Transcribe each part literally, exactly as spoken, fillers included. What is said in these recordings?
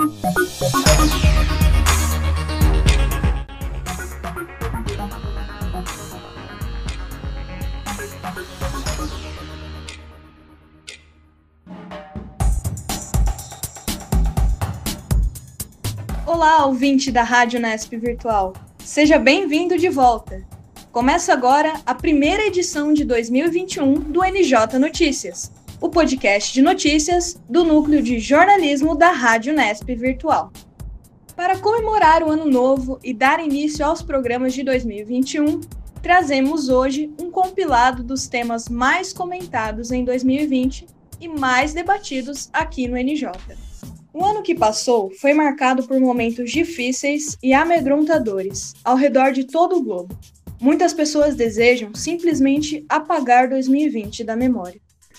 Olá, ouvinte da Rádio Unesp Virtual. Seja bem-vindo de volta. Começa agora a primeira edição de dois mil e vinte e um do N J Notícias, o podcast de notícias do Núcleo de Jornalismo da Rádio Unesp Virtual. Para comemorar o Ano Novo e dar início aos programas de dois mil e vinte e um, trazemos hoje um compilado dos temas mais comentados em dois mil e vinte e mais debatidos aqui no N J. O ano que passou foi marcado por momentos difíceis e amedrontadores ao redor de todo o globo. Muitas pessoas desejam simplesmente apagar dois mil e vinte da memória.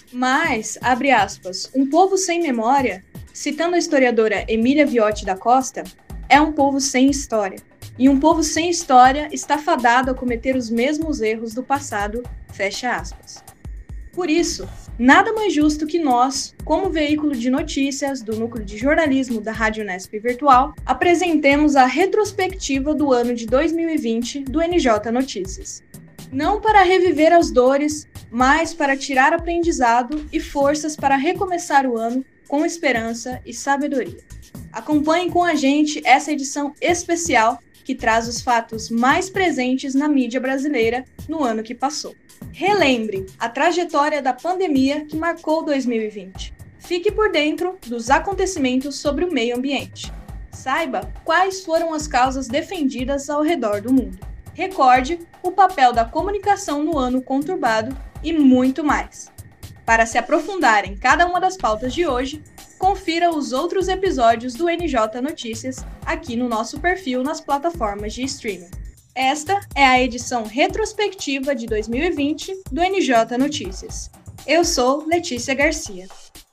Mas, abre aspas, um povo sem memória, citando a historiadora Emília Viotti da Costa, é um povo sem história. E um povo sem história está fadado a cometer os mesmos erros do passado, fecha aspas. Por isso, nada mais justo que nós, como veículo de notícias do Núcleo de Jornalismo da Rádio Unesp Virtual, apresentemos a retrospectiva do ano de dois mil e vinte do N J Notícias. Não para reviver as dores, mas para tirar aprendizado e forças para recomeçar o ano com esperança e sabedoria. Acompanhem com a gente essa edição especial que traz os fatos mais presentes na mídia brasileira no ano que passou. Relembre a trajetória da pandemia que marcou dois mil e vinte. Fique por dentro dos acontecimentos sobre o meio ambiente. Saiba quais foram as causas defendidas ao redor do mundo. Recorde o papel da comunicação no ano conturbado e muito mais. Para se aprofundar em cada uma das pautas de hoje, confira os outros episódios do N J Notícias aqui no nosso perfil nas plataformas de streaming. Esta é a edição retrospectiva de dois mil e vinte do N J Notícias. Eu sou Letícia Garcia.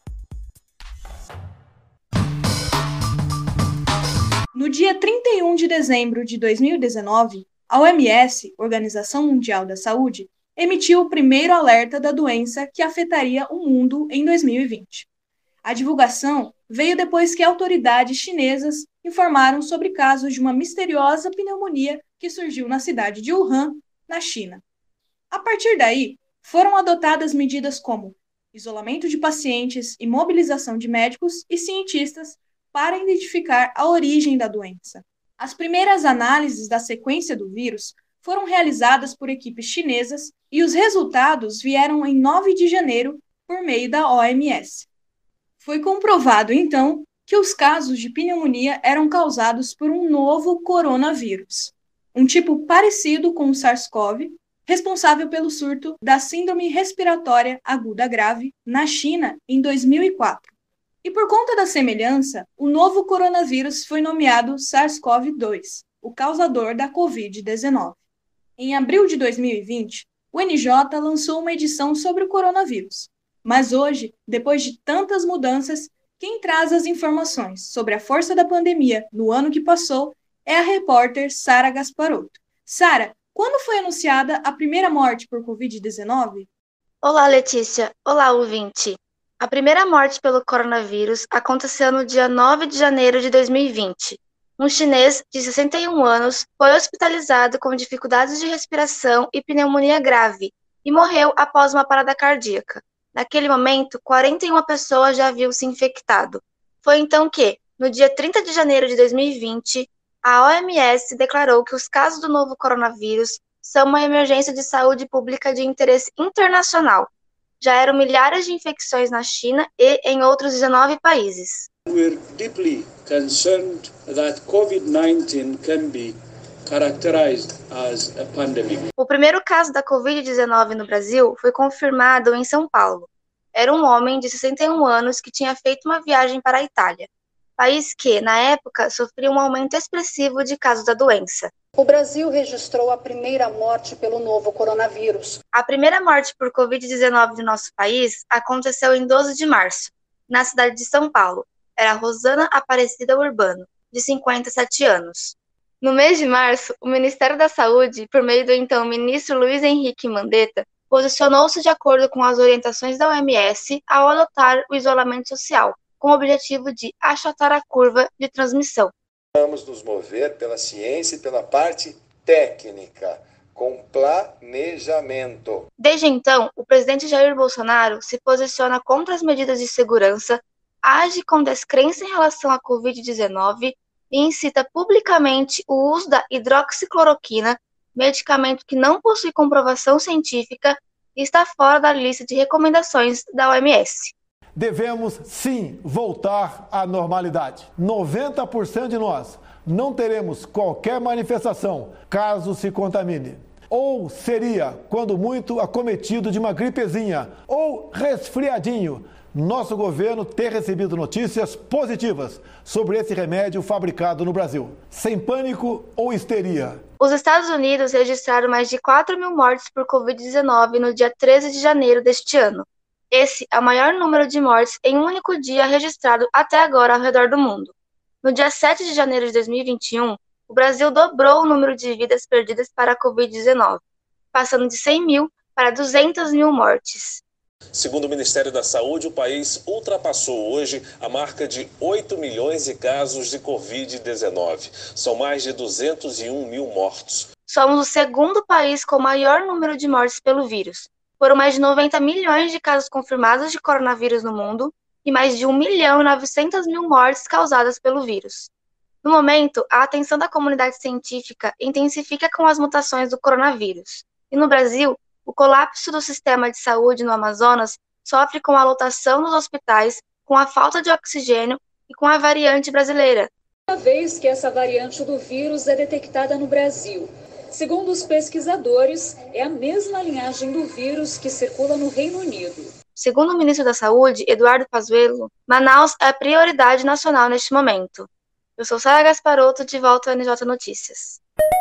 No dia trinta e um de dezembro de dois mil e dezenove, a O M S, Organização Mundial da Saúde, emitiu o primeiro alerta da doença que afetaria o mundo em dois mil e vinte. A divulgação veio depois que autoridades chinesas informaram sobre casos de uma misteriosa pneumonia que surgiu na cidade de Wuhan, na China. A partir daí, foram adotadas medidas como isolamento de pacientes e mobilização de médicos e cientistas para identificar a origem da doença. As primeiras análises da sequência do vírus foram realizadas por equipes chinesas e os resultados vieram em nove de janeiro por meio da O M S. Foi comprovado, então, que os casos de pneumonia eram causados por um novo coronavírus, um tipo parecido com o SARS-CoV, responsável pelo surto da Síndrome Respiratória Aguda Grave na China em dois mil e quatro. E por conta da semelhança, o novo coronavírus foi nomeado SARS-CoV dois, o causador da covid dezenove. Em abril de dois mil e vinte, o N J lançou uma edição sobre o coronavírus. Mas hoje, depois de tantas mudanças, quem traz as informações sobre a força da pandemia no ano que passou é a repórter Sara Gasparotto. Sara, quando foi anunciada a primeira morte por covid dezenove? Olá, Letícia. Olá, ouvinte. A primeira morte pelo coronavírus aconteceu no dia nove de janeiro de dois mil e vinte. Um chinês de sessenta e um anos foi hospitalizado com dificuldades de respiração e pneumonia grave e morreu após uma parada cardíaca. Naquele momento, quarenta e uma pessoas já haviam se infectado. Foi então que, no dia trinta de janeiro de dois mil e vinte, a O M S declarou que os casos do novo coronavírus são uma emergência de saúde pública de interesse internacional. Já eram milhares de infecções na China e em outros dezenove países. We're deeply concerned that covid nineteen can be characterized as a pandemic. O primeiro caso da covid dezenove no Brasil foi confirmado em São Paulo. Era um homem de sessenta e um anos que tinha feito uma viagem para a Itália, país que, na época, sofria um aumento expressivo de casos da doença. O Brasil registrou a primeira morte pelo novo coronavírus. A primeira morte por covid dezenove do nosso país aconteceu em doze de março, na cidade de São Paulo. Era Rosana Aparecida Urbano, de cinquenta e sete anos. No mês de março, o Ministério da Saúde, por meio do então ministro Luiz Henrique Mandetta, posicionou-se de acordo com as orientações da O M S ao adotar o isolamento social, com o objetivo de achatar a curva de transmissão. Vamos nos mover pela ciência e pela parte técnica, com planejamento. Desde então, o presidente Jair Bolsonaro se posiciona contra as medidas de segurança, age com descrença em relação à covid dezenove e incita publicamente o uso da hidroxicloroquina, medicamento que não possui comprovação científica e está fora da lista de recomendações da O M S. Devemos, sim, voltar à normalidade. noventa por cento de nós não teremos qualquer manifestação caso se contamine. Ou seria, quando muito, acometido de uma gripezinha ou resfriadinho. Nosso governo ter recebido notícias positivas sobre esse remédio fabricado no Brasil. Sem pânico ou histeria. Os Estados Unidos registraram mais de quatro mil mortes por covid dezenove no dia treze de janeiro deste ano. Esse é o maior número de mortes em um único dia registrado até agora ao redor do mundo. No dia sete de janeiro de dois mil e vinte e um, o Brasil dobrou o número de vidas perdidas para a covid dezenove, passando de cem mil para duzentas mil mortes. Segundo o Ministério da Saúde, o país ultrapassou hoje a marca de oito milhões de casos de covid dezenove. São mais de duzentos e um mil mortos. Somos o segundo país com o maior número de mortes pelo vírus. Foram mais de noventa milhões de casos confirmados de coronavírus no mundo e mais de um milhão e novecentas mil mortes causadas pelo vírus. No momento, a atenção da comunidade científica intensifica com as mutações do coronavírus. E no Brasil, o colapso do sistema de saúde no Amazonas sofre com a lotação dos hospitais, com a falta de oxigênio e com a variante brasileira. Uma vez que essa variante do vírus é detectada no Brasil. Segundo os pesquisadores, é a mesma linhagem do vírus que circula no Reino Unido. Segundo o ministro da Saúde, Eduardo Pazuello, Manaus é a prioridade nacional neste momento. Eu sou Sara Gasparotto, de volta ao N J Notícias.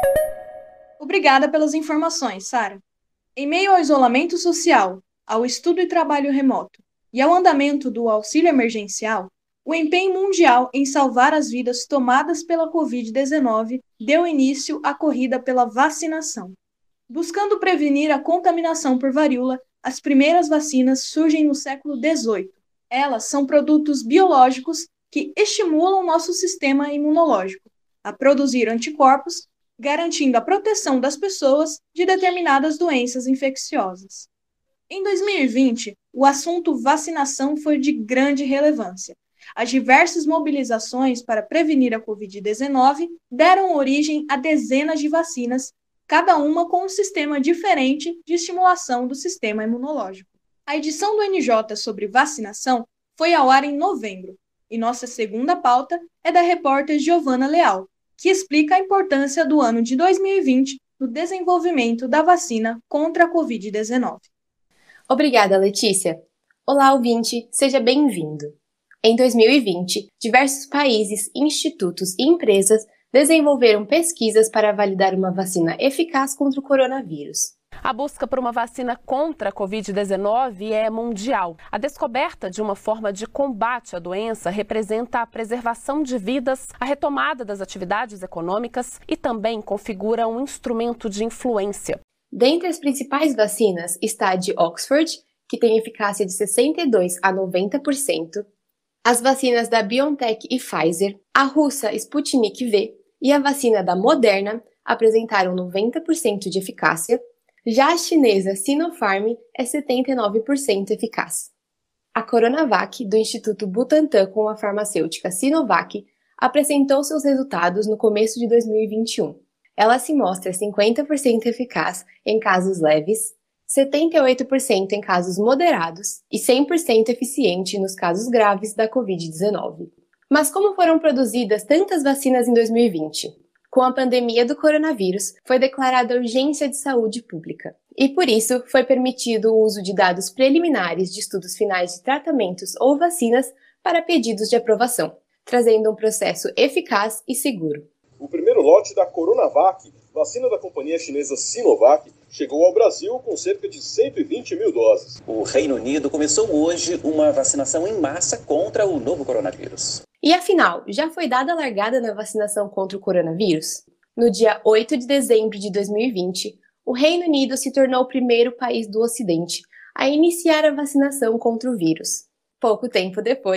Obrigada pelas informações, Sara. Em meio ao isolamento social, ao estudo e trabalho remoto e ao andamento do auxílio emergencial, o empenho mundial em salvar as vidas tomadas pela covid dezenove deu início à corrida pela vacinação. Buscando prevenir a contaminação por varíola, as primeiras vacinas surgem no século dezoito. Elas são produtos biológicos que estimulam nosso sistema imunológico a produzir anticorpos, garantindo a proteção das pessoas de determinadas doenças infecciosas. Em dois mil e vinte, o assunto vacinação foi de grande relevância. As diversas mobilizações para prevenir a covid dezenove deram origem a dezenas de vacinas, cada uma com um sistema diferente de estimulação do sistema imunológico. A edição do N J sobre vacinação foi ao ar em novembro, e nossa segunda pauta é da repórter Giovana Leal, que explica a importância do ano de dois mil e vinte no desenvolvimento da vacina contra a covid dezenove. Obrigada, Letícia. Olá, ouvinte, seja bem-vindo. Em dois mil e vinte, diversos países, institutos e empresas desenvolveram pesquisas para validar uma vacina eficaz contra o coronavírus. A busca por uma vacina contra a covid dezenove é mundial. A descoberta de uma forma de combate à doença representa a preservação de vidas, a retomada das atividades econômicas e também configura um instrumento de influência. Dentre as principais vacinas está a de Oxford, que tem eficácia de sessenta e dois a noventa por cento, as vacinas da BioNTech e Pfizer, a russa Sputnik V e a vacina da Moderna apresentaram noventa por cento de eficácia. Já a chinesa Sinopharm é setenta e nove por cento eficaz. A Coronavac, do Instituto Butantan com a farmacêutica Sinovac, apresentou seus resultados no começo de dois mil e vinte e um. Ela se mostra cinquenta por cento eficaz em casos leves, setenta e oito por cento em casos moderados e cem por cento eficiente nos casos graves da covid dezenove. Mas como foram produzidas tantas vacinas em dois mil e vinte? Com a pandemia do coronavírus, foi declarada urgência de saúde pública. E por isso, foi permitido o uso de dados preliminares de estudos finais de tratamentos ou vacinas para pedidos de aprovação, trazendo um processo eficaz e seguro. O primeiro lote da Coronavac, vacina da companhia chinesa Sinovac, chegou ao Brasil com cerca de cento e vinte mil doses. O Reino Unido começou hoje uma vacinação em massa contra o novo coronavírus. E afinal, já foi dada a largada na vacinação contra o coronavírus? No dia oito de dezembro de dois mil e vinte, o Reino Unido se tornou o primeiro país do Ocidente a iniciar a vacinação contra o vírus. Pouco tempo depois,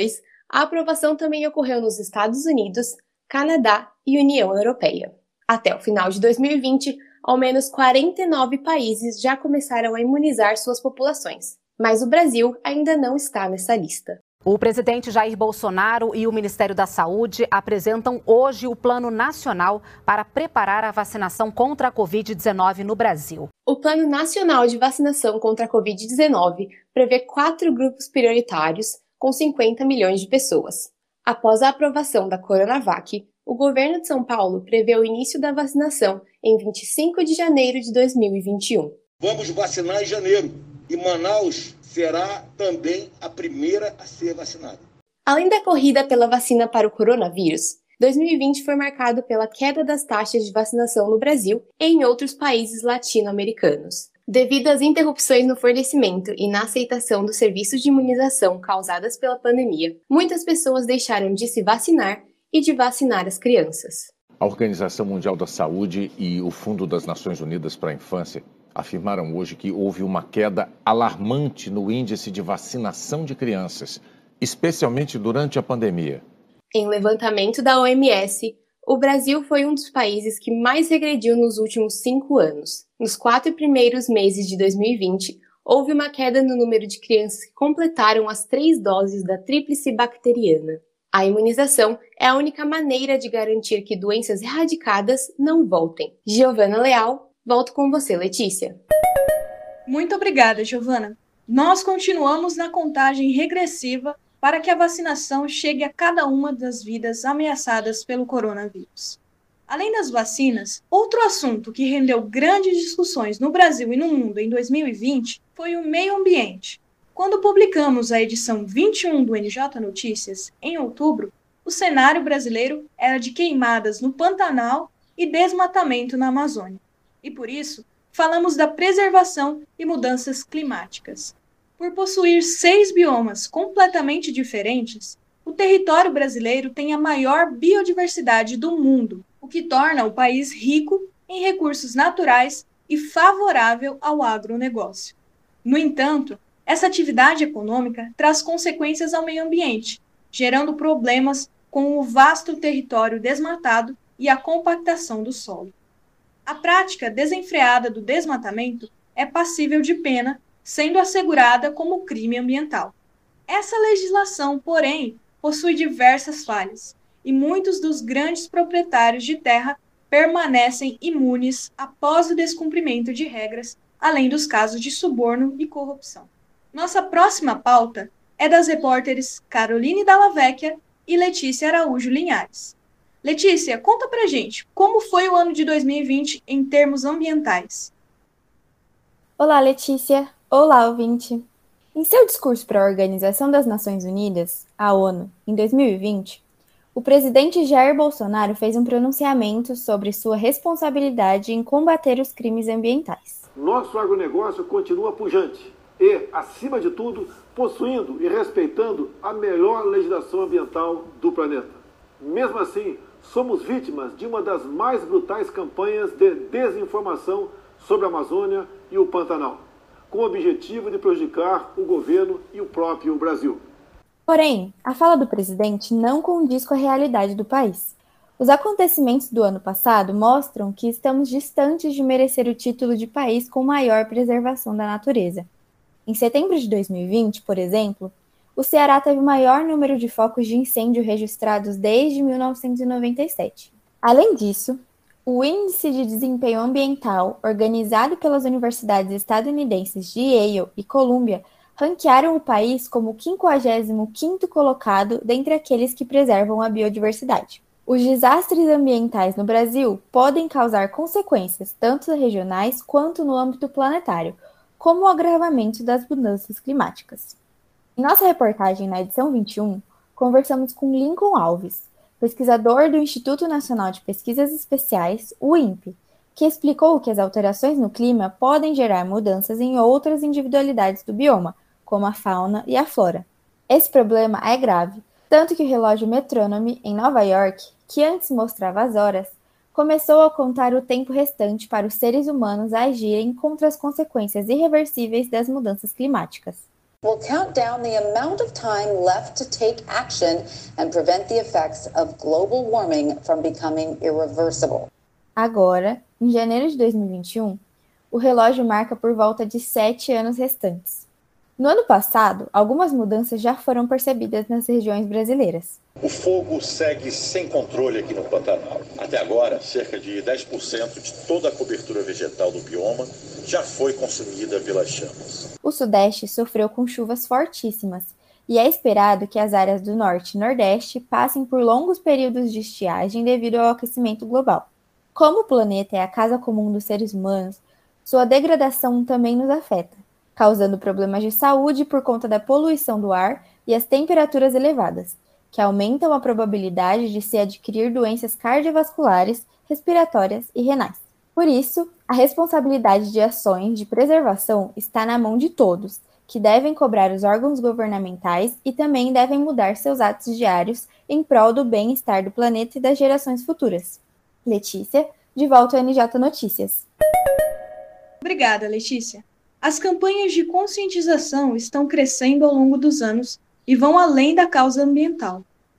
A aprovação também ocorreu nos Estados Unidos, Canadá e União Europeia. Até o final de dois mil e vinte, ao menos quarenta e nove países já começaram a imunizar suas populações, mas o Brasil ainda não está nessa lista. O presidente Jair Bolsonaro e o Ministério da Saúde apresentam hoje o Plano Nacional para preparar a vacinação contra a covid dezenove no Brasil. O Plano Nacional de Vacinação contra a covid dezenove prevê quatro grupos prioritários com cinquenta milhões de pessoas. Após a aprovação da Coronavac, o governo de São Paulo prevê o início da vacinação em vinte e cinco de janeiro de dois mil e vinte e um. Vamos vacinar em janeiro e Manaus será também a primeira a ser vacinada. Além da corrida pela vacina para o coronavírus, dois mil e vinte foi marcado pela queda das taxas de vacinação no Brasil e em outros países latino-americanos. Devido às interrupções no fornecimento e na aceitação dos serviços de imunização causadas pela pandemia, muitas pessoas deixaram de se vacinar e de vacinar as crianças. A Organização Mundial da Saúde e o Fundo das Nações Unidas para a Infância afirmaram hoje que houve uma queda alarmante no índice de vacinação de crianças, especialmente durante a pandemia. Em levantamento da O M S, o Brasil foi um dos países que mais regrediu nos últimos cinco anos. Nos quatro primeiros meses de dois mil e vinte, houve uma queda no número de crianças que completaram as três doses da tríplice bacteriana. A imunização é a única maneira de garantir que doenças erradicadas não voltem. Giovana Leal, volto com você, Letícia. Muito obrigada, Giovana. Nós continuamos na contagem regressiva para que a vacinação chegue a cada uma das vidas ameaçadas pelo coronavírus. Além das vacinas, outro assunto que rendeu grandes discussões no Brasil e no mundo em dois mil e vinte foi o meio ambiente. Quando publicamos a edição vinte e um do N J Notícias, em outubro, o cenário brasileiro era de queimadas no Pantanal e desmatamento na Amazônia. E por isso, falamos da preservação e mudanças climáticas. Por possuir seis biomas completamente diferentes, o território brasileiro tem a maior biodiversidade do mundo, o que torna o país rico em recursos naturais e favorável ao agronegócio. No entanto, essa atividade econômica traz consequências ao meio ambiente, gerando problemas com o vasto território desmatado e a compactação do solo. A prática desenfreada do desmatamento é passível de pena, sendo assegurada como crime ambiental. Essa legislação, porém, possui diversas falhas, e muitos dos grandes proprietários de terra permanecem imunes após o descumprimento de regras, além dos casos de suborno e corrupção. Nossa próxima pauta é das repórteres Caroline Dalla Vecchia e Letícia Araújo Linhares. Letícia, conta pra gente, como foi o ano de dois mil e vinte em termos ambientais? Olá, Letícia. Olá, ouvinte. Em seu discurso para a Organização das Nações Unidas, a ONU, em dois mil e vinte, o presidente Jair Bolsonaro fez um pronunciamento sobre sua responsabilidade em combater os crimes ambientais. Nosso agronegócio continua pujante e, acima de tudo, possuindo e respeitando a melhor legislação ambiental do planeta. Mesmo assim, somos vítimas de uma das mais brutais campanhas de desinformação sobre a Amazônia e o Pantanal, com o objetivo de prejudicar o governo e o próprio Brasil. Porém, a fala do presidente não condiz com a realidade do país. Os acontecimentos do ano passado mostram que estamos distantes de merecer o título de país com maior preservação da natureza. Em setembro de dois mil e vinte, por exemplo, o Ceará teve o maior número de focos de incêndio registrados desde mil novecentos e noventa e sete. Além disso, o Índice de Desempenho Ambiental, organizado pelas universidades estadunidenses de Yale e Columbia, ranquearam o país como o quinquagésimo quinto colocado dentre aqueles que preservam a biodiversidade. Os desastres ambientais no Brasil podem causar consequências tanto regionais quanto no âmbito planetário, como o agravamento das mudanças climáticas. Em nossa reportagem na edição vinte e um, conversamos com Lincoln Alves, pesquisador do Instituto Nacional de Pesquisas Especiais, o INPE, que explicou que as alterações no clima podem gerar mudanças em outras individualidades do bioma, como a fauna e a flora. Esse problema é grave, tanto que o relógio Metronome, em Nova York, que antes mostrava as horas, começou a contar o tempo restante para os seres humanos agirem contra as consequências irreversíveis das mudanças climáticas. will count down the amount of time left to take action and prevent the effects of global warming from becoming irreversible. Agora, em janeiro de dois mil e vinte e um, o relógio marca por volta de sete anos restantes. No ano passado, algumas mudanças já foram percebidas nas regiões brasileiras. O fogo segue sem controle aqui no Pantanal. Até agora, cerca de dez por cento de toda a cobertura vegetal do bioma já foi consumida pelas chamas. O Sudeste sofreu com chuvas fortíssimas e é esperado que as áreas do Norte e Nordeste passem por longos períodos de estiagem devido ao aquecimento global. Como o planeta é a casa comum dos seres humanos, sua degradação também nos afeta, causando problemas de saúde por conta da poluição do ar e as temperaturas elevadas, que aumentam a probabilidade de se adquirir doenças cardiovasculares, respiratórias e renais. Por isso, a responsabilidade de ações de preservação está na mão de todos, que devem cobrar os órgãos governamentais e também devem mudar seus atos diários em prol do bem-estar do planeta e das gerações futuras. Letícia, de volta ao N J Notícias. Obrigada, Letícia. As campanhas de conscientização estão crescendo ao longo dos anos e vão além da causa ambiental.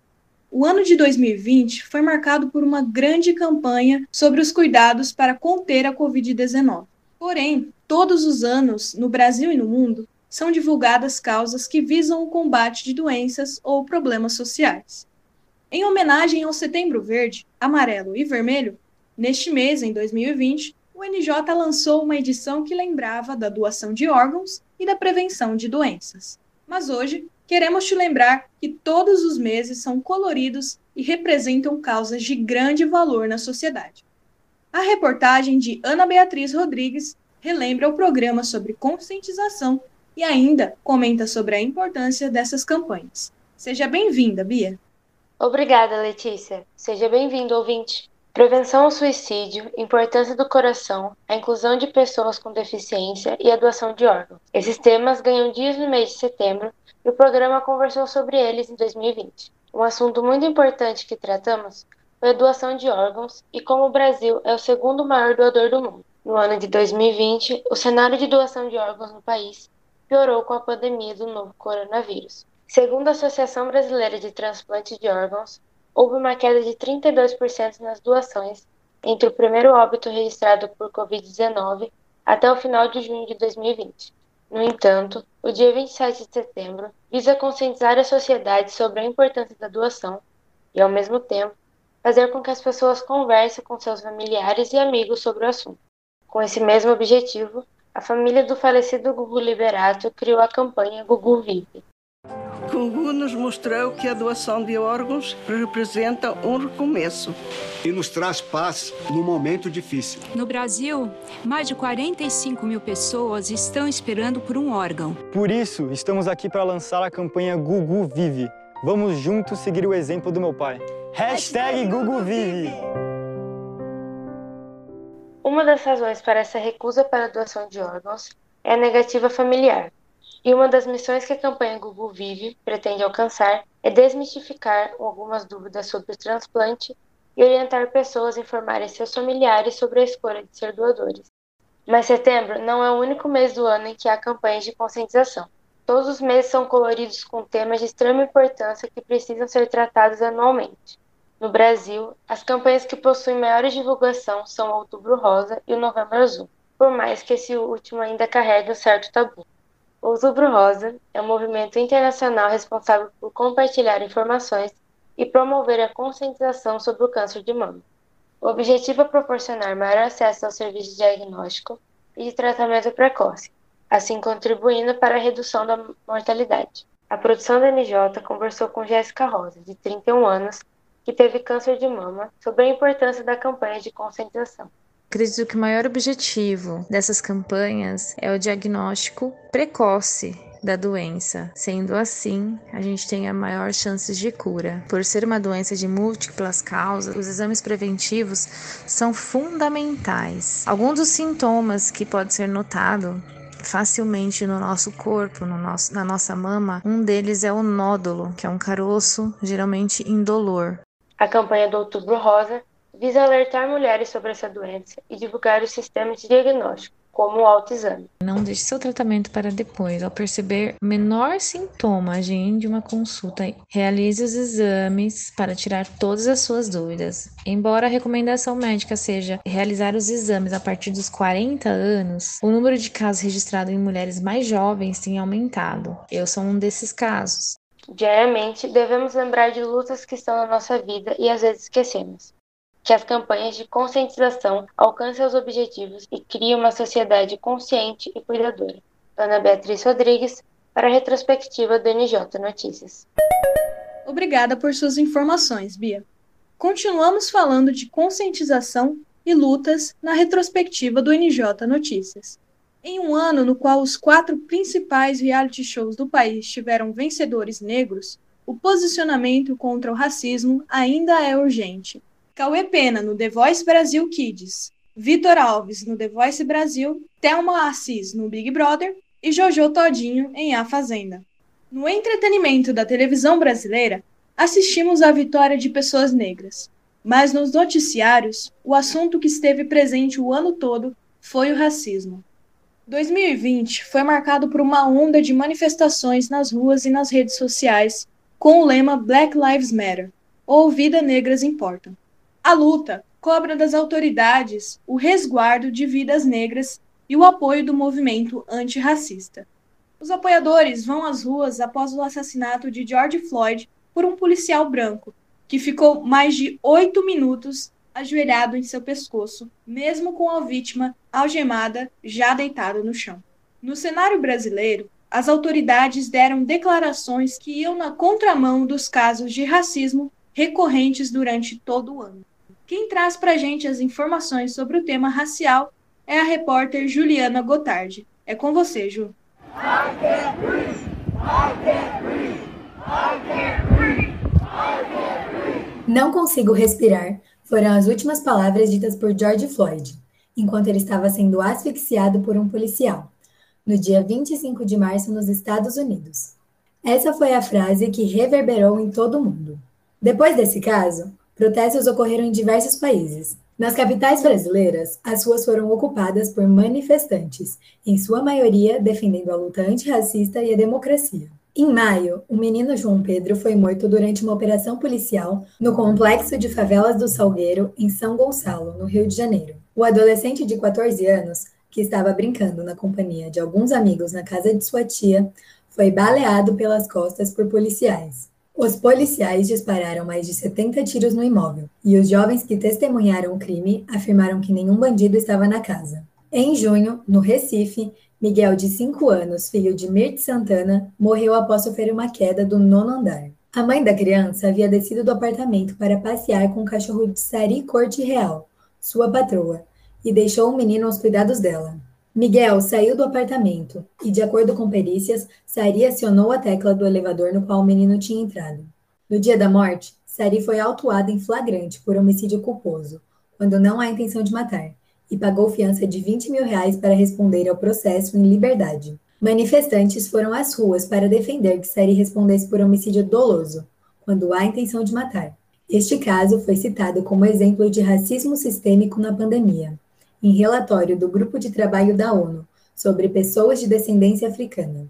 O ano de dois mil e vinte foi marcado por uma grande campanha sobre os cuidados para conter a covid dezenove. Porém, todos os anos, no Brasil e no mundo, são divulgadas causas que visam o combate de doenças ou problemas sociais. Em homenagem ao Setembro Verde, Amarelo e Vermelho, neste mês, em dois mil e vinte, o N J lançou uma edição que lembrava da doação de órgãos e da prevenção de doenças. Mas hoje, queremos te lembrar que todos os meses são coloridos e representam causas de grande valor na sociedade. A reportagem de Ana Beatriz Rodrigues relembra o programa sobre conscientização e ainda comenta sobre a importância dessas campanhas. Seja bem-vinda, Bia. Obrigada, Letícia. Seja bem-vindo, ouvinte. Prevenção ao suicídio, importância do coração, a inclusão de pessoas com deficiência e a doação de órgãos. Esses temas ganham dias no mês de setembro e o programa conversou sobre eles em dois mil e vinte. Um assunto muito importante que tratamos foi a doação de órgãos e como o Brasil é o segundo maior doador do mundo. No ano de dois mil e vinte, o cenário de doação de órgãos no país piorou com a pandemia do novo coronavírus. Segundo a Associação Brasileira de Transplante de Órgãos, houve uma queda de trinta e dois por cento nas doações entre o primeiro óbito registrado por covid dezenove até o final de junho de dois mil e vinte. No entanto, o dia vinte e sete de setembro visa conscientizar a sociedade sobre a importância da doação e, ao mesmo tempo, fazer com que as pessoas conversem com seus familiares e amigos sobre o assunto. Com esse mesmo objetivo, a família do falecido Gugu Liberato criou a campanha Gugu Vive. Gugu nos mostrou que a doação de órgãos representa um recomeço. E nos traz paz num momento difícil. No Brasil, mais de quarenta e cinco mil pessoas estão esperando por um órgão. Por isso, estamos aqui para lançar a campanha Gugu Vive. Vamos juntos seguir o exemplo do meu pai. Hashtag Gugu Vive. Uma das razões para essa recusa para a doação de órgãos é a negativa familiar. E uma das missões que a campanha Gugu Vive pretende alcançar é desmistificar algumas dúvidas sobre o transplante e orientar pessoas a informarem seus familiares sobre a escolha de ser doadores. Mas setembro não é o único mês do ano em que há campanhas de conscientização. Todos os meses são coloridos com temas de extrema importância que precisam ser tratados anualmente. No Brasil, as campanhas que possuem maior divulgação são o Outubro Rosa e o Novembro Azul, por mais que esse último ainda carregue um certo tabu. O Outubro Rosa é um movimento internacional responsável por compartilhar informações e promover a conscientização sobre o câncer de mama. O objetivo é proporcionar maior acesso ao serviço de diagnóstico e de tratamento precoce, assim contribuindo para a redução da mortalidade. A produção da N J conversou com Jéssica Rosa, de trinta e um anos, que teve câncer de mama, sobre a importância da campanha de conscientização. Acredito que o maior objetivo dessas campanhas é o diagnóstico precoce da doença. Sendo assim, a gente tem a maior chances de cura. Por ser uma doença de múltiplas causas, os exames preventivos são fundamentais. Alguns dos sintomas que pode ser notado facilmente no nosso corpo, no nosso, na nossa mama, um deles é o nódulo, que é um caroço geralmente indolor. A campanha do Outubro Rosa visa alertar mulheres sobre essa doença e divulgar o sistema de diagnóstico, como o autoexame. Não deixe seu tratamento para depois. Ao perceber o menor sintoma, agende uma consulta. Realize os exames para tirar todas as suas dúvidas. Embora a recomendação médica seja realizar os exames a partir dos quarenta anos, o número de casos registrados em mulheres mais jovens tem aumentado. Eu sou um desses casos. Diariamente, devemos lembrar de lutas que estão na nossa vida e às vezes esquecemos. Que as campanhas de conscientização alcancem os objetivos e criem uma sociedade consciente e cuidadora. Ana Beatriz Rodrigues, para a retrospectiva do N J Notícias. Obrigada por suas informações, Bia. Continuamos falando de conscientização e lutas na retrospectiva do N J Notícias. Em um ano no qual os quatro principais reality shows do país tiveram vencedores negros, o posicionamento contra o racismo ainda é urgente. Cauê Pena, no The Voice Brasil Kids, Vitor Alves, no The Voice Brasil, Thelma Assis, no Big Brother e Jojo Todinho, em A Fazenda. No entretenimento da televisão brasileira, assistimos à vitória de pessoas negras, mas nos noticiários, o assunto que esteve presente o ano todo foi o racismo. dois mil e vinte foi marcado por uma onda de manifestações nas ruas e nas redes sociais com o lema Black Lives Matter, ou Vidas Negras Importam. A luta cobra das autoridades o resguardo de vidas negras e o apoio do movimento antirracista. Os apoiadores vão às ruas após o assassinato de George Floyd por um policial branco, que ficou mais de oito minutos ajoelhado em seu pescoço, mesmo com a vítima algemada já deitada no chão. No cenário brasileiro, as autoridades deram declarações que iam na contramão dos casos de racismo recorrentes durante todo o ano. Quem traz para a gente as informações sobre o tema racial é a repórter Juliana Gotardi. É com você, Ju. Não consigo respirar foram as últimas palavras ditas por George Floyd, enquanto ele estava sendo asfixiado por um policial, no dia vinte e cinco de março nos Estados Unidos. Essa foi a frase que reverberou em todo o mundo. Depois desse caso, protestos ocorreram em diversos países. Nas capitais brasileiras, as ruas foram ocupadas por manifestantes, em sua maioria defendendo a luta antirracista e a democracia. Em maio, o menino João Pedro foi morto durante uma operação policial no complexo de favelas do Salgueiro, em São Gonçalo, no Rio de Janeiro. O adolescente de quatorze anos, que estava brincando na companhia de alguns amigos na casa de sua tia, foi baleado pelas costas por policiais. Os policiais dispararam mais de setenta tiros no imóvel, e os jovens que testemunharam o crime afirmaram que nenhum bandido estava na casa. Em junho, no Recife, Miguel, de cinco anos, filho de Mirth Santana, morreu após sofrer uma queda do nono andar. A mãe da criança havia descido do apartamento para passear com o cachorro de Sari Corte Real, sua patroa, e deixou o menino aos cuidados dela. Miguel saiu do apartamento e, de acordo com perícias, Sari acionou a tecla do elevador no qual o menino tinha entrado. No dia da morte, Sari foi autuada em flagrante por homicídio culposo, quando não há intenção de matar, e pagou fiança de vinte mil reais para responder ao processo em liberdade. Manifestantes foram às ruas para defender que Sari respondesse por homicídio doloso, quando há intenção de matar. Este caso foi citado como exemplo de racismo sistêmico na pandemia, em relatório do Grupo de Trabalho da ONU sobre pessoas de descendência africana.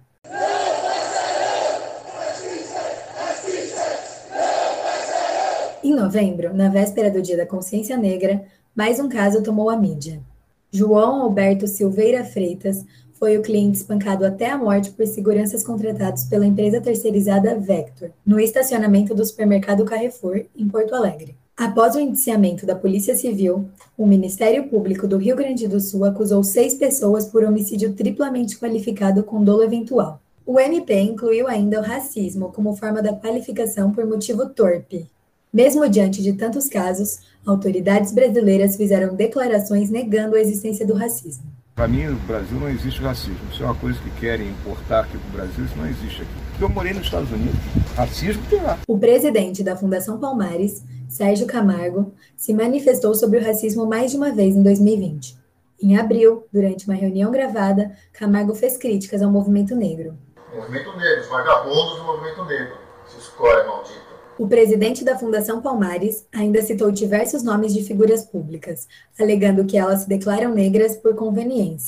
Em novembro, na véspera do Dia da Consciência Negra, mais um caso tomou a mídia. João Alberto Silveira Freitas foi o cliente espancado até a morte por seguranças contratados pela empresa terceirizada Vector, no estacionamento do supermercado Carrefour, em Porto Alegre. Após o indiciamento da Polícia Civil, o Ministério Público do Rio Grande do Sul acusou seis pessoas por homicídio triplamente qualificado com dolo eventual. O M P incluiu ainda o racismo como forma da qualificação por motivo torpe. Mesmo diante de tantos casos, autoridades brasileiras fizeram declarações negando a existência do racismo. Para mim, no Brasil não existe racismo. Isso é uma coisa que querem importar aqui para o Brasil, isso não existe aqui. Eu morei nos Estados Unidos, racismo tem lá. O presidente da Fundação Palmares, Sérgio Camargo, se manifestou sobre o racismo mais de uma vez em dois mil e vinte. Em abril, durante uma reunião gravada, Camargo fez críticas ao movimento negro. Movimento negro, os vagabundos do movimento negro, se escolhe maldito. O presidente da Fundação Palmares ainda citou diversos nomes de figuras públicas, alegando que elas se declaram negras por conveniência.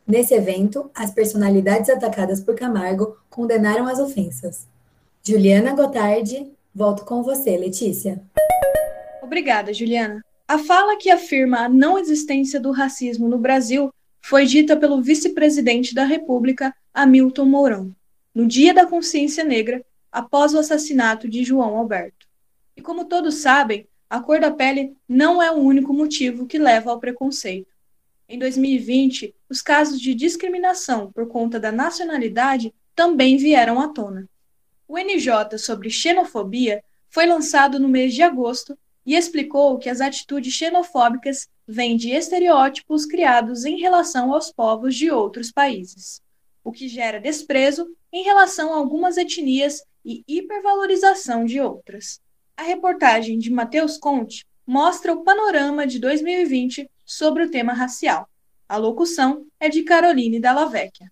Nesse evento, as personalidades atacadas por Camargo condenaram as ofensas. Juliana Gotardi, volto com você, Letícia. Obrigada, Juliana. A fala que afirma a não existência do racismo no Brasil foi dita pelo vice-presidente da República, Hamilton Mourão, no Dia da Consciência Negra, após o assassinato de João Alberto. E como todos sabem, a cor da pele não é o único motivo que leva ao preconceito. Em dois mil e vinte, os casos de discriminação por conta da nacionalidade também vieram à tona. O N J sobre xenofobia foi lançado no mês de agosto e explicou que as atitudes xenofóbicas vêm de estereótipos criados em relação aos povos de outros países, o que gera desprezo em relação a algumas etnias e hipervalorização de outras. A reportagem de Matheus Conte mostra o panorama de dois mil e vinte sobre o tema racial. A locução é de Caroline Dalla Vecchia.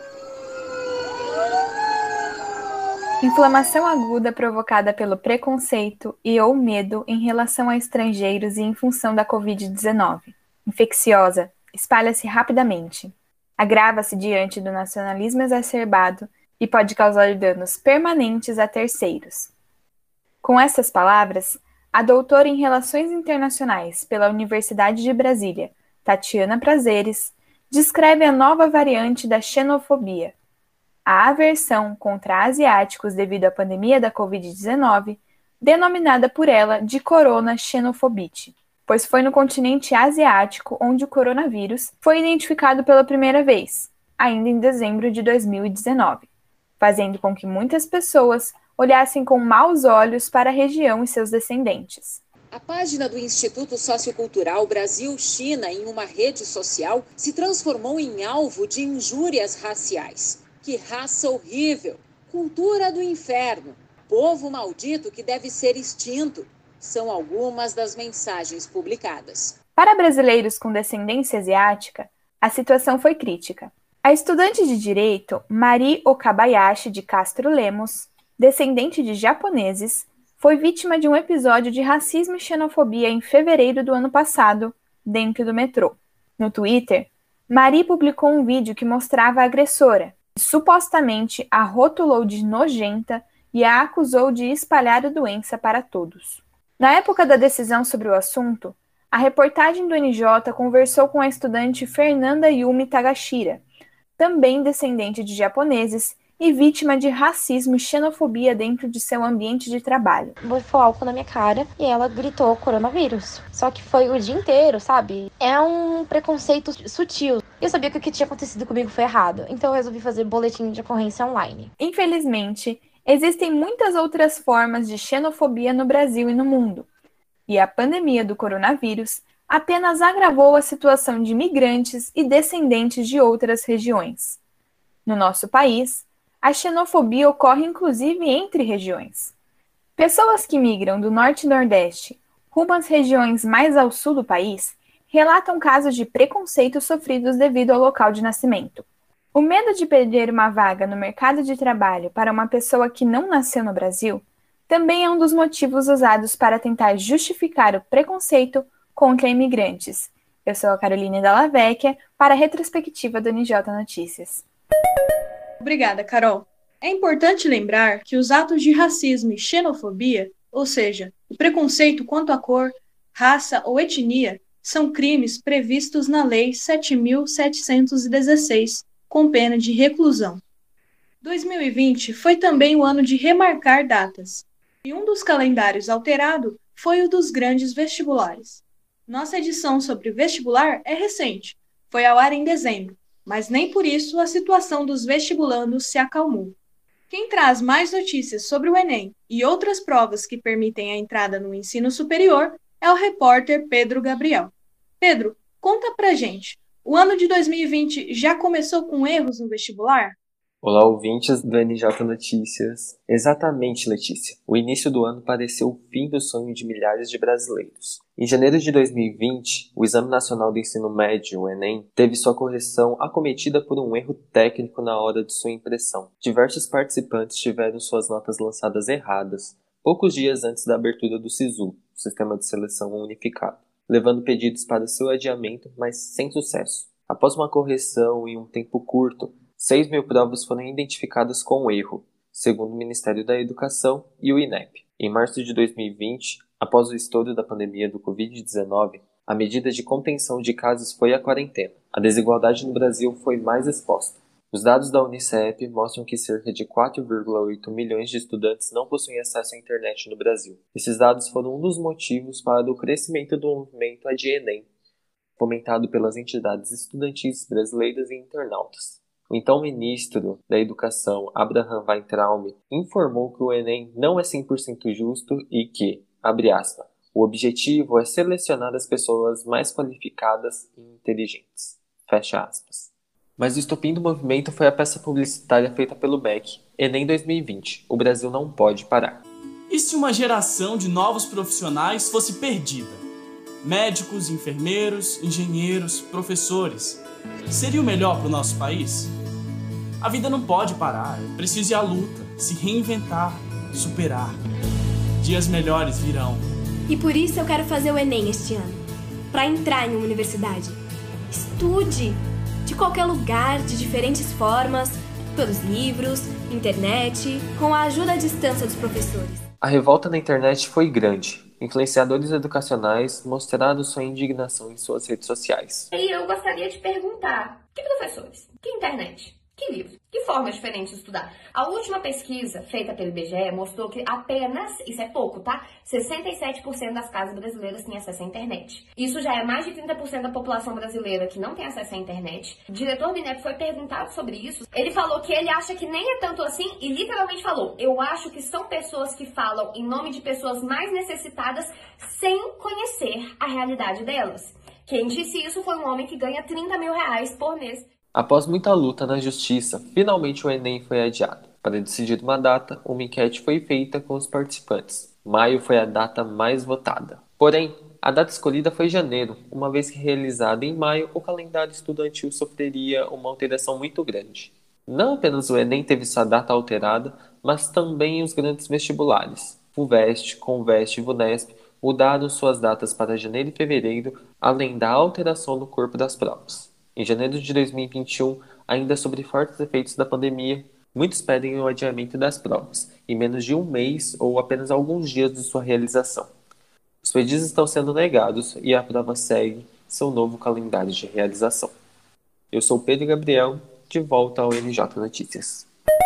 Inflamação aguda provocada pelo preconceito e ou medo em relação a estrangeiros e em função da covid dezenove. Infecciosa, espalha-se rapidamente. Agrava-se diante do nacionalismo exacerbado e pode causar danos permanentes a terceiros. Com essas palavras, a doutora em Relações Internacionais pela Universidade de Brasília, Tatiana Prazeres, descreve a nova variante da xenofobia, a aversão contra asiáticos devido à pandemia da covid dezenove, denominada por ela de corona xenofobite, pois foi no continente asiático onde o coronavírus foi identificado pela primeira vez, ainda em dezembro de dois mil e dezenove, fazendo com que muitas pessoas olhassem com maus olhos para a região e seus descendentes. A página do Instituto Sociocultural Brasil-China em uma rede social se transformou em alvo de injúrias raciais. Que raça horrível! Cultura do inferno! Povo maldito que deve ser extinto! São algumas das mensagens publicadas. Para brasileiros com descendência asiática, a situação foi crítica. A estudante de direito Mari Okabayashi de Castro Lemos, descendente de japoneses, foi vítima de um episódio de racismo e xenofobia em fevereiro do ano passado, dentro do metrô. No Twitter, Mari publicou um vídeo que mostrava a agressora, que supostamente a rotulou de nojenta e a acusou de espalhar a doença para todos. Na época da decisão sobre o assunto, a reportagem do N J conversou com a estudante Fernanda Yumi Tagashira, também descendente de japoneses e vítima de racismo e xenofobia dentro de seu ambiente de trabalho. Borrifou álcool na minha cara e ela gritou coronavírus. Só que foi o dia inteiro, sabe? É um preconceito sutil. Eu sabia que o que tinha acontecido comigo foi errado, então eu resolvi fazer boletim de ocorrência online. Infelizmente, existem muitas outras formas de xenofobia no Brasil e no mundo. E a pandemia do coronavírus apenas agravou a situação de migrantes e descendentes de outras regiões. No nosso país, a xenofobia ocorre inclusive entre regiões. Pessoas que migram do norte e nordeste rumo às regiões mais ao sul do país relatam casos de preconceito sofridos devido ao local de nascimento. O medo de perder uma vaga no mercado de trabalho para uma pessoa que não nasceu no Brasil também é um dos motivos usados para tentar justificar o preconceito contra imigrantes. Eu sou a Caroline Dalla Vecchia para a retrospectiva do N J Notícias. Obrigada, Carol. É importante lembrar que os atos de racismo e xenofobia, ou seja, o preconceito quanto à cor, raça ou etnia, são crimes previstos na Lei sete mil setecentos e dezesseis, com pena de reclusão. dois mil e vinte foi também o ano de remarcar datas, e um dos calendários alterado foi o dos grandes vestibulares. Nossa edição sobre vestibular é recente, foi ao ar em dezembro, mas nem por isso a situação dos vestibulandos se acalmou. Quem traz mais notícias sobre o Enem e outras provas que permitem a entrada no ensino superior é o repórter Pedro Gabriel. Pedro, conta pra gente, o ano de dois mil e vinte já começou com erros no vestibular? Olá, ouvintes do N J Notícias. Exatamente, Letícia. O início do ano pareceu o fim do sonho de milhares de brasileiros. Em janeiro de dois mil e vinte, o Exame Nacional do Ensino Médio, o Enem, teve sua correção acometida por um erro técnico na hora de sua impressão. Diversos participantes tiveram suas notas lançadas erradas, poucos dias antes da abertura do SISU, o Sistema de Seleção Unificado, levando pedidos para seu adiamento, mas sem sucesso. Após uma correção em um tempo curto, seis mil provas foram identificadas com erro, segundo o Ministério da Educação e o INEP. Em março de dois mil e vinte, após o estouro da pandemia do covid dezenove, a medida de contenção de casos foi a quarentena. A desigualdade no Brasil foi mais exposta. Os dados da Unicep mostram que cerca de quatro vírgula oito milhões de estudantes não possuem acesso à internet no Brasil. Esses dados foram um dos motivos para o crescimento do movimento AdiEnem, fomentado pelas entidades estudantis brasileiras e internautas. O então ministro da Educação, Abraham Weintraub, informou que o Enem não é cem por cento justo e que, abre aspas, o objetivo é selecionar as pessoas mais qualificadas e inteligentes. Fecha aspas. Mas o estopim do movimento foi a peça publicitária feita pelo M E C, Enem dois mil e vinte. O Brasil não pode parar. E se uma geração de novos profissionais fosse perdida? Médicos, enfermeiros, engenheiros, professores. Seria o melhor para o nosso país? A vida não pode parar, é preciso ir à luta, se reinventar, superar. Dias melhores virão. E por isso eu quero fazer o Enem este ano, para entrar em uma universidade. Estude! De qualquer lugar, de diferentes formas, pelos livros, internet, com a ajuda à distância dos professores. A revolta na internet foi grande. Influenciadores educacionais mostraram sua indignação em suas redes sociais. E eu gostaria de perguntar, que professores? Que internet? Que livros? Que formas diferentes de estudar? A última pesquisa feita pelo I B G E mostrou que apenas, isso é pouco, tá? sessenta e sete por cento das casas brasileiras têm acesso à internet. Isso já é mais de trinta por cento da população brasileira que não tem acesso à internet. O diretor do INEP foi perguntado sobre isso. Ele falou que ele acha que nem é tanto assim e literalmente falou: eu acho que são pessoas que falam em nome de pessoas mais necessitadas sem conhecer a realidade delas. Quem disse isso foi um homem que ganha trinta mil reais por mês. Após muita luta na justiça, finalmente o Enem foi adiado. Para decidir uma data, uma enquete foi feita com os participantes. Maio foi a data mais votada. Porém, a data escolhida foi janeiro, uma vez que realizada em maio, o calendário estudantil sofreria uma alteração muito grande. Não apenas o Enem teve sua data alterada, mas também os grandes vestibulares. FUVEST, CONVEST e VUNESP mudaram suas datas para janeiro e fevereiro, além da alteração no corpo das provas. Em janeiro de dois mil e vinte e um, ainda sob fortes efeitos da pandemia, muitos pedem o adiamento das provas, em menos de um mês ou apenas alguns dias de sua realização. Os pedidos estão sendo negados e a prova segue seu novo calendário de realização. Eu sou Pedro Gabriel, de volta ao N J Notícias.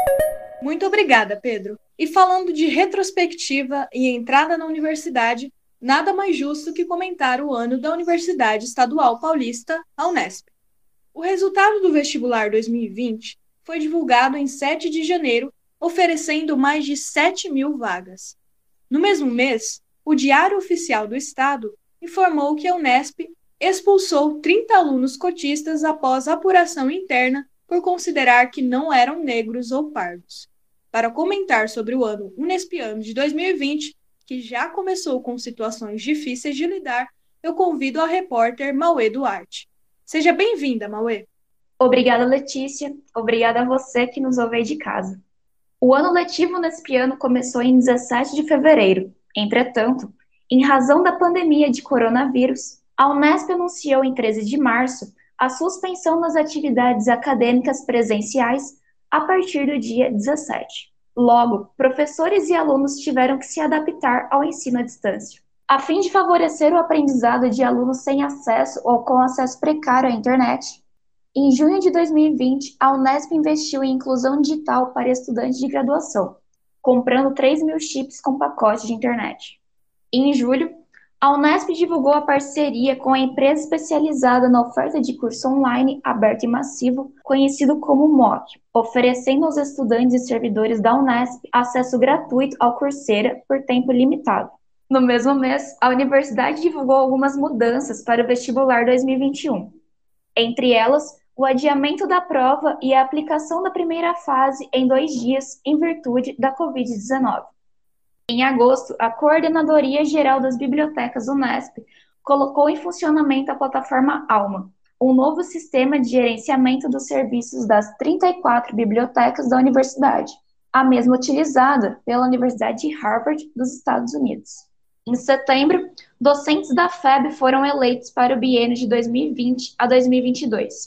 Muito obrigada, Pedro. E falando de retrospectiva e entrada na universidade, nada mais justo que comentar o ano da Universidade Estadual Paulista, a Unesp. O resultado do vestibular dois mil e vinte foi divulgado em sete de janeiro, oferecendo mais de sete mil vagas. No mesmo mês, o Diário Oficial do Estado informou que a Unesp expulsou trinta alunos cotistas após apuração interna por considerar que não eram negros ou pardos. Para comentar sobre o ano unespiano de dois mil e vinte, que já começou com situações difíceis de lidar, eu convido a repórter Mauê Duarte. Seja bem-vinda, Mauê. Obrigada, Letícia. Obrigada a você que nos ouve aí de casa. O ano letivo unespiano começou em dezessete de fevereiro. Entretanto, em razão da pandemia de coronavírus, a Unesp anunciou em treze de março a suspensão das atividades acadêmicas presenciais a partir do dia dezessete. Logo, professores e alunos tiveram que se adaptar ao ensino à distância. A fim de favorecer o aprendizado de alunos sem acesso ou com acesso precário à internet, em junho de dois mil e vinte, a Unesp investiu em inclusão digital para estudantes de graduação, comprando três mil chips com pacote de internet. Em julho, a Unesp divulgou a parceria com a empresa especializada na oferta de curso online aberto e massivo, conhecido como M O C, oferecendo aos estudantes e servidores da Unesp acesso gratuito ao Coursera por tempo limitado. No mesmo mês, a universidade divulgou algumas mudanças para o vestibular dois mil e vinte e um. Entre elas, o adiamento da prova e a aplicação da primeira fase em dois dias em virtude da covid dezenove. Em agosto, a Coordenadoria Geral das Bibliotecas Unesp colocou em funcionamento a plataforma Alma, um novo sistema de gerenciamento dos serviços das trinta e quatro bibliotecas da universidade, a mesma utilizada pela Universidade de Harvard dos Estados Unidos. Em setembro, docentes da F E B foram eleitos para o biênio de dois mil e vinte a dois mil e vinte e dois.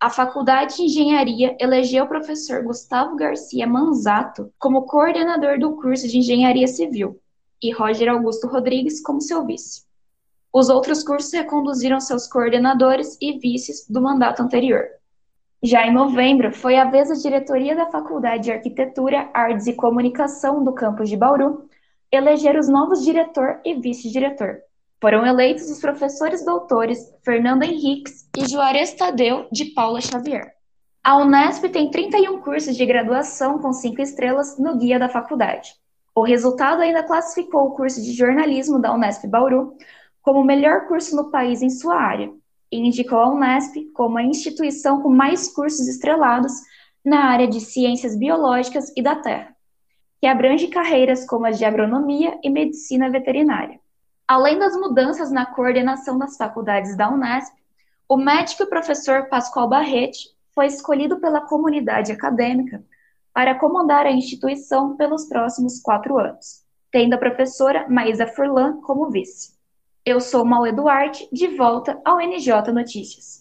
a Faculdade de Engenharia elegeu o professor Gustavo Garcia Manzato como coordenador do curso de Engenharia Civil e Roger Augusto Rodrigues como seu vice. Os outros cursos reconduziram seus coordenadores e vices do mandato anterior. Já em novembro, foi a vez da diretoria da Faculdade de Arquitetura, Artes e Comunicação do campus de Bauru eleger os novos diretor e vice-diretor. Foram eleitos os professores doutores Fernando Henriques e Juarez Tadeu de Paula Xavier. A Unesp tem trinta e um cursos de graduação com cinco estrelas no guia da faculdade. O resultado ainda classificou o curso de jornalismo da Unesp Bauru como o melhor curso no país em sua área, e indicou a Unesp como a instituição com mais cursos estrelados na área de ciências biológicas e da terra, que abrange carreiras como as de agronomia e medicina veterinária. Além das mudanças na coordenação das faculdades da Unesp, o médico e professor Pascoal Barrete foi escolhido pela comunidade acadêmica para comandar a instituição pelos próximos quatro anos, tendo a professora Maísa Furlan como vice. Eu sou Mauê Duarte, de volta ao N J Notícias.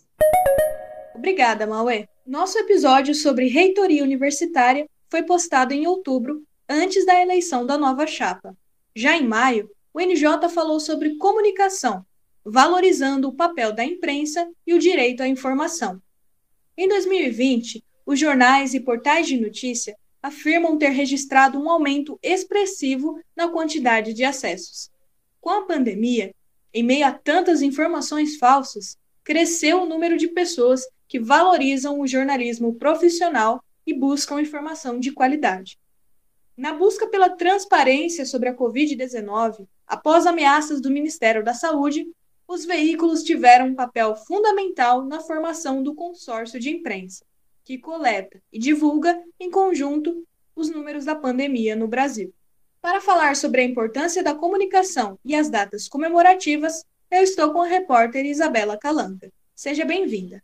Obrigada, Mauê. Nosso episódio sobre reitoria universitária foi postado em outubro, antes da eleição da nova chapa. Já em maio, o N J falou sobre comunicação, valorizando o papel da imprensa e o direito à informação. Em dois mil e vinte, os jornais e portais de notícia afirmam ter registrado um aumento expressivo na quantidade de acessos. Com a pandemia, em meio a tantas informações falsas, cresceu o número de pessoas que valorizam o jornalismo profissional e buscam informação de qualidade. Na busca pela transparência sobre a covid dezenove, após ameaças do Ministério da Saúde, os veículos tiveram um papel fundamental na formação do consórcio de imprensa, que coleta e divulga, em conjunto, os números da pandemia no Brasil. Para falar sobre a importância da comunicação e as datas comemorativas, eu estou com a repórter Isabela Calanca. Seja bem-vinda.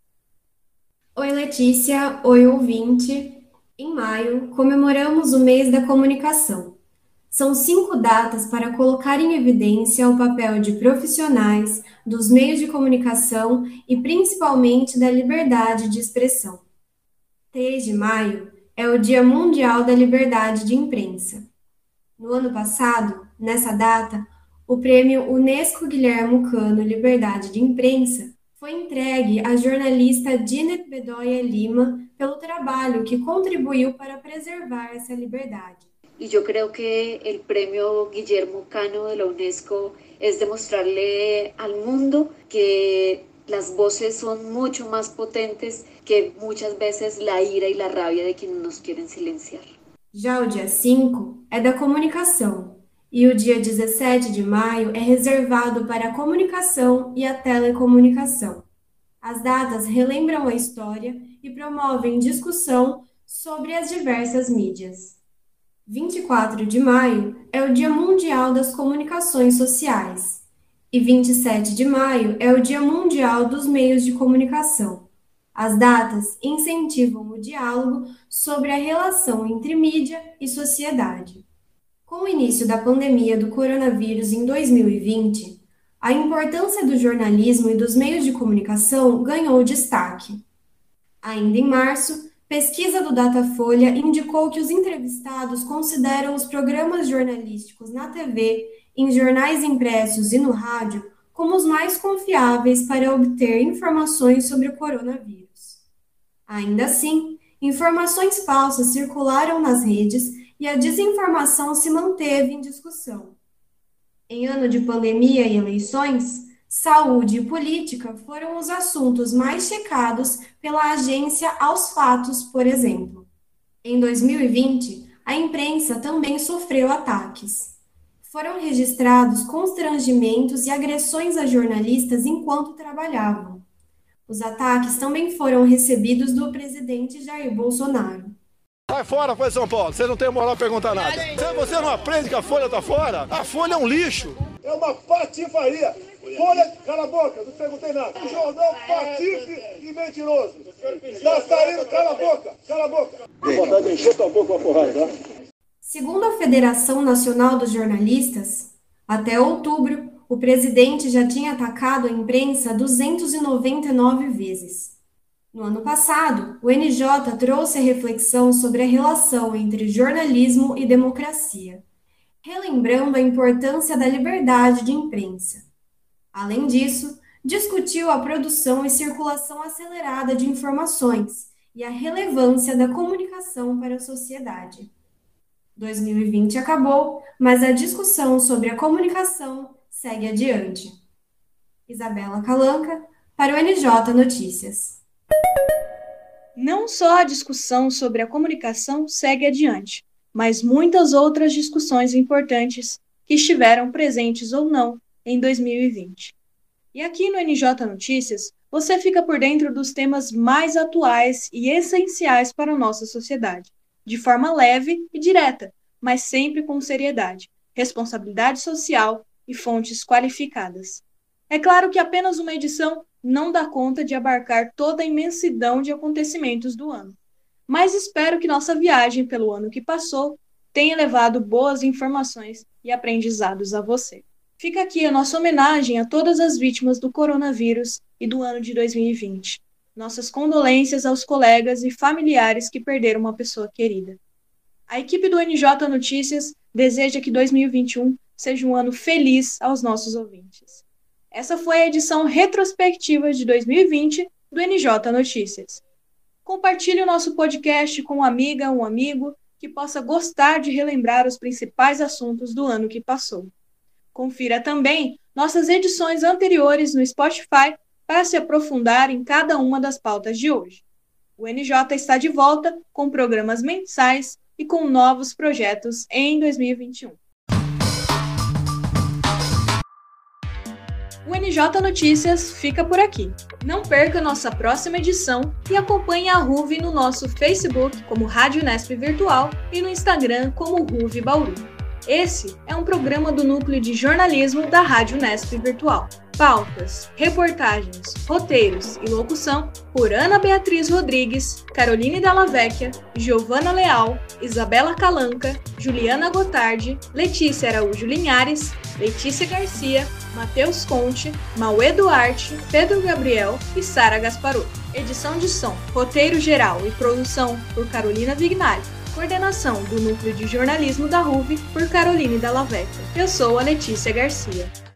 Oi, Letícia. Oi, ouvinte. Em maio, comemoramos o mês da comunicação. São cinco datas para colocar em evidência o papel de profissionais, dos meios de comunicação e principalmente da liberdade de expressão. três de maio é o Dia Mundial da Liberdade de Imprensa. No ano passado, nessa data, o prêmio Unesco Guilherme Cano Liberdade de Imprensa foi entregue à jornalista Dinet Bedoya Lima pelo trabalho que contribuiu para preservar essa liberdade. Y yo creo que el premio Guillermo Cano de la UNESCO es demostrarle al mundo que las voces son mucho más potentes que muchas veces la ira y la rabia de quienes nos quieren silenciar. Já o dia cinco é da comunicação e o dia dezessete de maio é reservado para a comunicação e a telecomunicação. As datas relembram a história e promovem discussão sobre as diversas mídias. vinte e quatro de maio é o Dia Mundial das Comunicações Sociais e vinte e sete de maio é o Dia Mundial dos Meios de Comunicação. As datas incentivam o diálogo sobre a relação entre mídia e sociedade. Com o início da pandemia do coronavírus em dois mil e vinte, a importância do jornalismo e dos meios de comunicação ganhou destaque. Ainda em março, pesquisa do Datafolha indicou que os entrevistados consideram os programas jornalísticos na T V, em jornais impressos e no rádio como os mais confiáveis para obter informações sobre o coronavírus. Ainda assim, informações falsas circularam nas redes e a desinformação se manteve em discussão. Em ano de pandemia e eleições, saúde e política foram os assuntos mais checados pela agência Aos Fatos, por exemplo. Em dois mil e vinte, a imprensa também sofreu ataques. Foram registrados constrangimentos e agressões a jornalistas enquanto trabalhavam. Os ataques também foram recebidos do presidente Jair Bolsonaro. Vai fora, Folha de São Paulo, você não tem moral para perguntar nada. Se você não aprende que a Folha está fora, a Folha é um lixo. É uma patifaria. Folha, cala a boca, não perguntei nada. Um jornal patife e mentiroso. Está saindo, cala a boca, cala a boca. Vou botar de encher tua boca uma porrada, tá? Segundo a Federação Nacional dos Jornalistas, até outubro, o presidente já tinha atacado a imprensa duzentas e noventa e nove vezes. No ano passado, o N J trouxe a reflexão sobre a relação entre jornalismo e democracia, relembrando a importância da liberdade de imprensa. Além disso, discutiu a produção e circulação acelerada de informações e a relevância da comunicação para a sociedade. dois mil e vinte acabou, mas a discussão sobre a comunicação segue adiante. Isabela Calanca, para o N J Notícias. Não só a discussão sobre a comunicação segue adiante, mas muitas outras discussões importantes que estiveram presentes ou não em dois mil e vinte. E aqui no N J Notícias, você fica por dentro dos temas mais atuais e essenciais para a nossa sociedade, de forma leve e direta, mas sempre com seriedade, responsabilidade social e fontes qualificadas. É claro que apenas uma edição não dá conta de abarcar toda a imensidão de acontecimentos do ano, mas espero que nossa viagem pelo ano que passou tenha levado boas informações e aprendizados a você. Fica aqui a nossa homenagem a todas as vítimas do coronavírus e do ano de dois mil e vinte. Nossas condolências aos colegas e familiares que perderam uma pessoa querida. A equipe do N J Notícias deseja que dois mil e vinte e um seja um ano feliz aos nossos ouvintes. Essa foi a edição retrospectiva de dois mil e vinte do N J Notícias. Compartilhe o nosso podcast com uma amiga ou um amigo que possa gostar de relembrar os principais assuntos do ano que passou. Confira também nossas edições anteriores no Spotify para se aprofundar em cada uma das pautas de hoje. O N J está de volta com programas mensais e com novos projetos em dois mil e vinte e um. O N J Notícias fica por aqui. Não perca nossa próxima edição e acompanhe a R U V no nosso Facebook como Rádio Nesp Virtual e no Instagram como R U V Bauru. Esse é um programa do Núcleo de Jornalismo da Rádio Nesp Virtual. Pautas, reportagens, roteiros e locução por Ana Beatriz Rodrigues, Caroline Dalla Vecchia, Giovana Leal, Isabela Calanca, Juliana Gotardi, Letícia Araújo Linhares, Letícia Garcia, Matheus Conte, Mauê Duarte, Pedro Gabriel e Sara Gasparotto. Edição de som, roteiro geral e produção por Carolina Vignali. Coordenação do Núcleo de Jornalismo da R U V por Caroline Dalla Vecchia. Eu sou a Letícia Garcia.